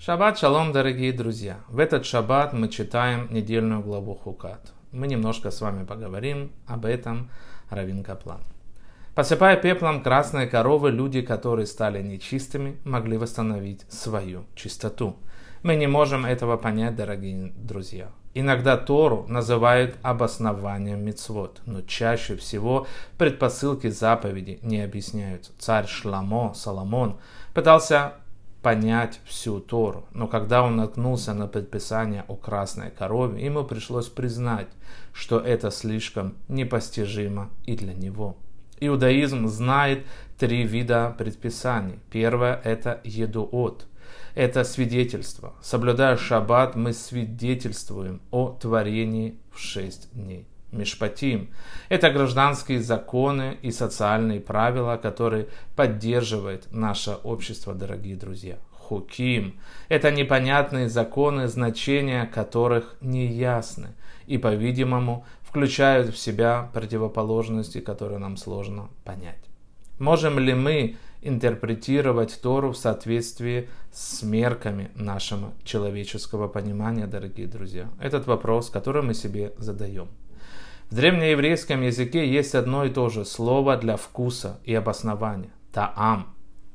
Шаббат шалом, дорогие друзья! В этот шаббат мы читаем недельную главу Хукат. Мы немножко с вами поговорим об этом, Равин Каплан. Посыпая пеплом красные коровы, люди, которые стали нечистыми, могли восстановить свою чистоту. Мы не можем этого понять, дорогие друзья. Иногда Тору называют обоснованием мицвот, но чаще всего предпосылки заповеди не объясняются. Царь Шламо, Соломон, пытался понять всю Тору, но когда он наткнулся на предписание о красной корове, ему пришлось признать, что это слишком непостижимо и для него. Иудаизм знает 3 вида предписаний. Первое – это едуот. Это свидетельство. Соблюдая шаббат, мы свидетельствуем о творении в 6 дней. Мишпатим – это гражданские законы и социальные правила, которые поддерживает наше общество, дорогие друзья. Хуким – это непонятные законы, значения которых не ясны и, по-видимому, включают в себя противоположности, которые нам сложно понять. Можем ли мы интерпретировать Тору в соответствии с мерками нашего человеческого понимания, дорогие друзья? Этот вопрос, который мы себе задаем. В древнееврейском языке есть одно и то же слово для вкуса и обоснования – таам.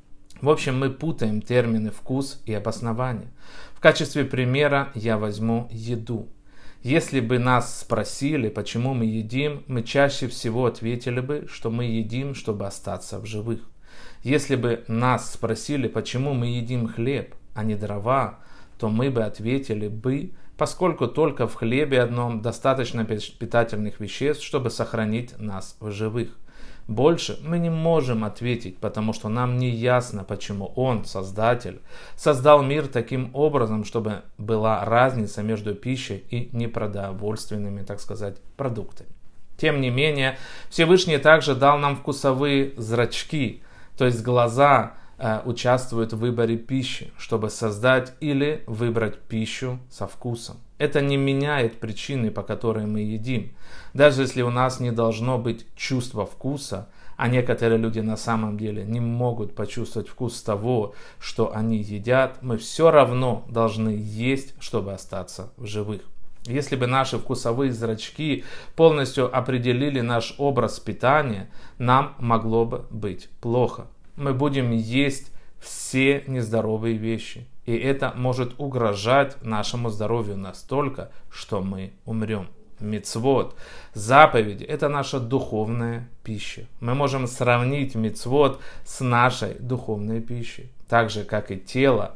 В общем, мы путаем термины «вкус» и «обоснование». В качестве примера я возьму еду. Если бы нас спросили, почему мы едим, мы чаще всего ответили бы, что мы едим, чтобы остаться в живых. Если бы нас спросили, почему мы едим хлеб, а не дрова, то мы бы ответили бы, поскольку только в хлебе одном достаточно питательных веществ, чтобы сохранить нас в живых. Больше мы не можем ответить, потому что нам не ясно, почему Он, Создатель, создал мир таким образом, чтобы была разница между пищей и непродовольственными, так сказать, продуктами. Тем не менее, Всевышний также дал нам вкусовые зрачки, то есть глаза участвуют в выборе пищи, чтобы создать или выбрать пищу со вкусом. Это не меняет причины, по которой мы едим. Даже если у нас не должно быть чувства вкуса, а некоторые люди на самом деле не могут почувствовать вкус того, что они едят, мы все равно должны есть, чтобы остаться в живых. Если бы наши вкусовые зрачки полностью определили наш образ питания, нам могло бы быть плохо. Мы будем есть все нездоровые вещи. И это может угрожать нашему здоровью настолько, что мы умрем. Мицвот, заповеди – это наша духовная пища. Мы можем сравнить мицвот с нашей духовной пищей. Так же, как и тело,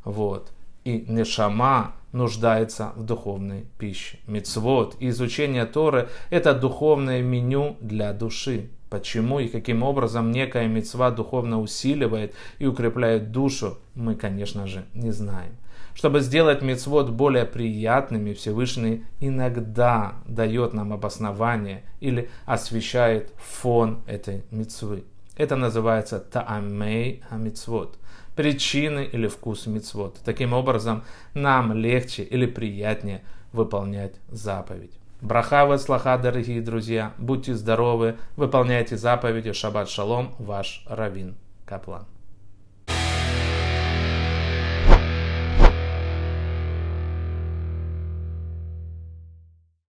и нешама нуждается в духовной пище. Мицвот и изучение Торы – это духовное меню для души. Почему и каким образом некая мицва духовно усиливает и укрепляет душу, мы, конечно же, не знаем. Чтобы сделать мицвот более приятными, Всевышний иногда дает нам обоснование или освещает фон этой мицвы. Это называется таамей хамицвот, причины или вкус мицвот. Таким образом, нам легче или приятнее выполнять заповедь. Браха ве слаха, дорогие друзья, будьте здоровы, выполняйте заповеди, шаббат шалом, ваш Равин Каплан.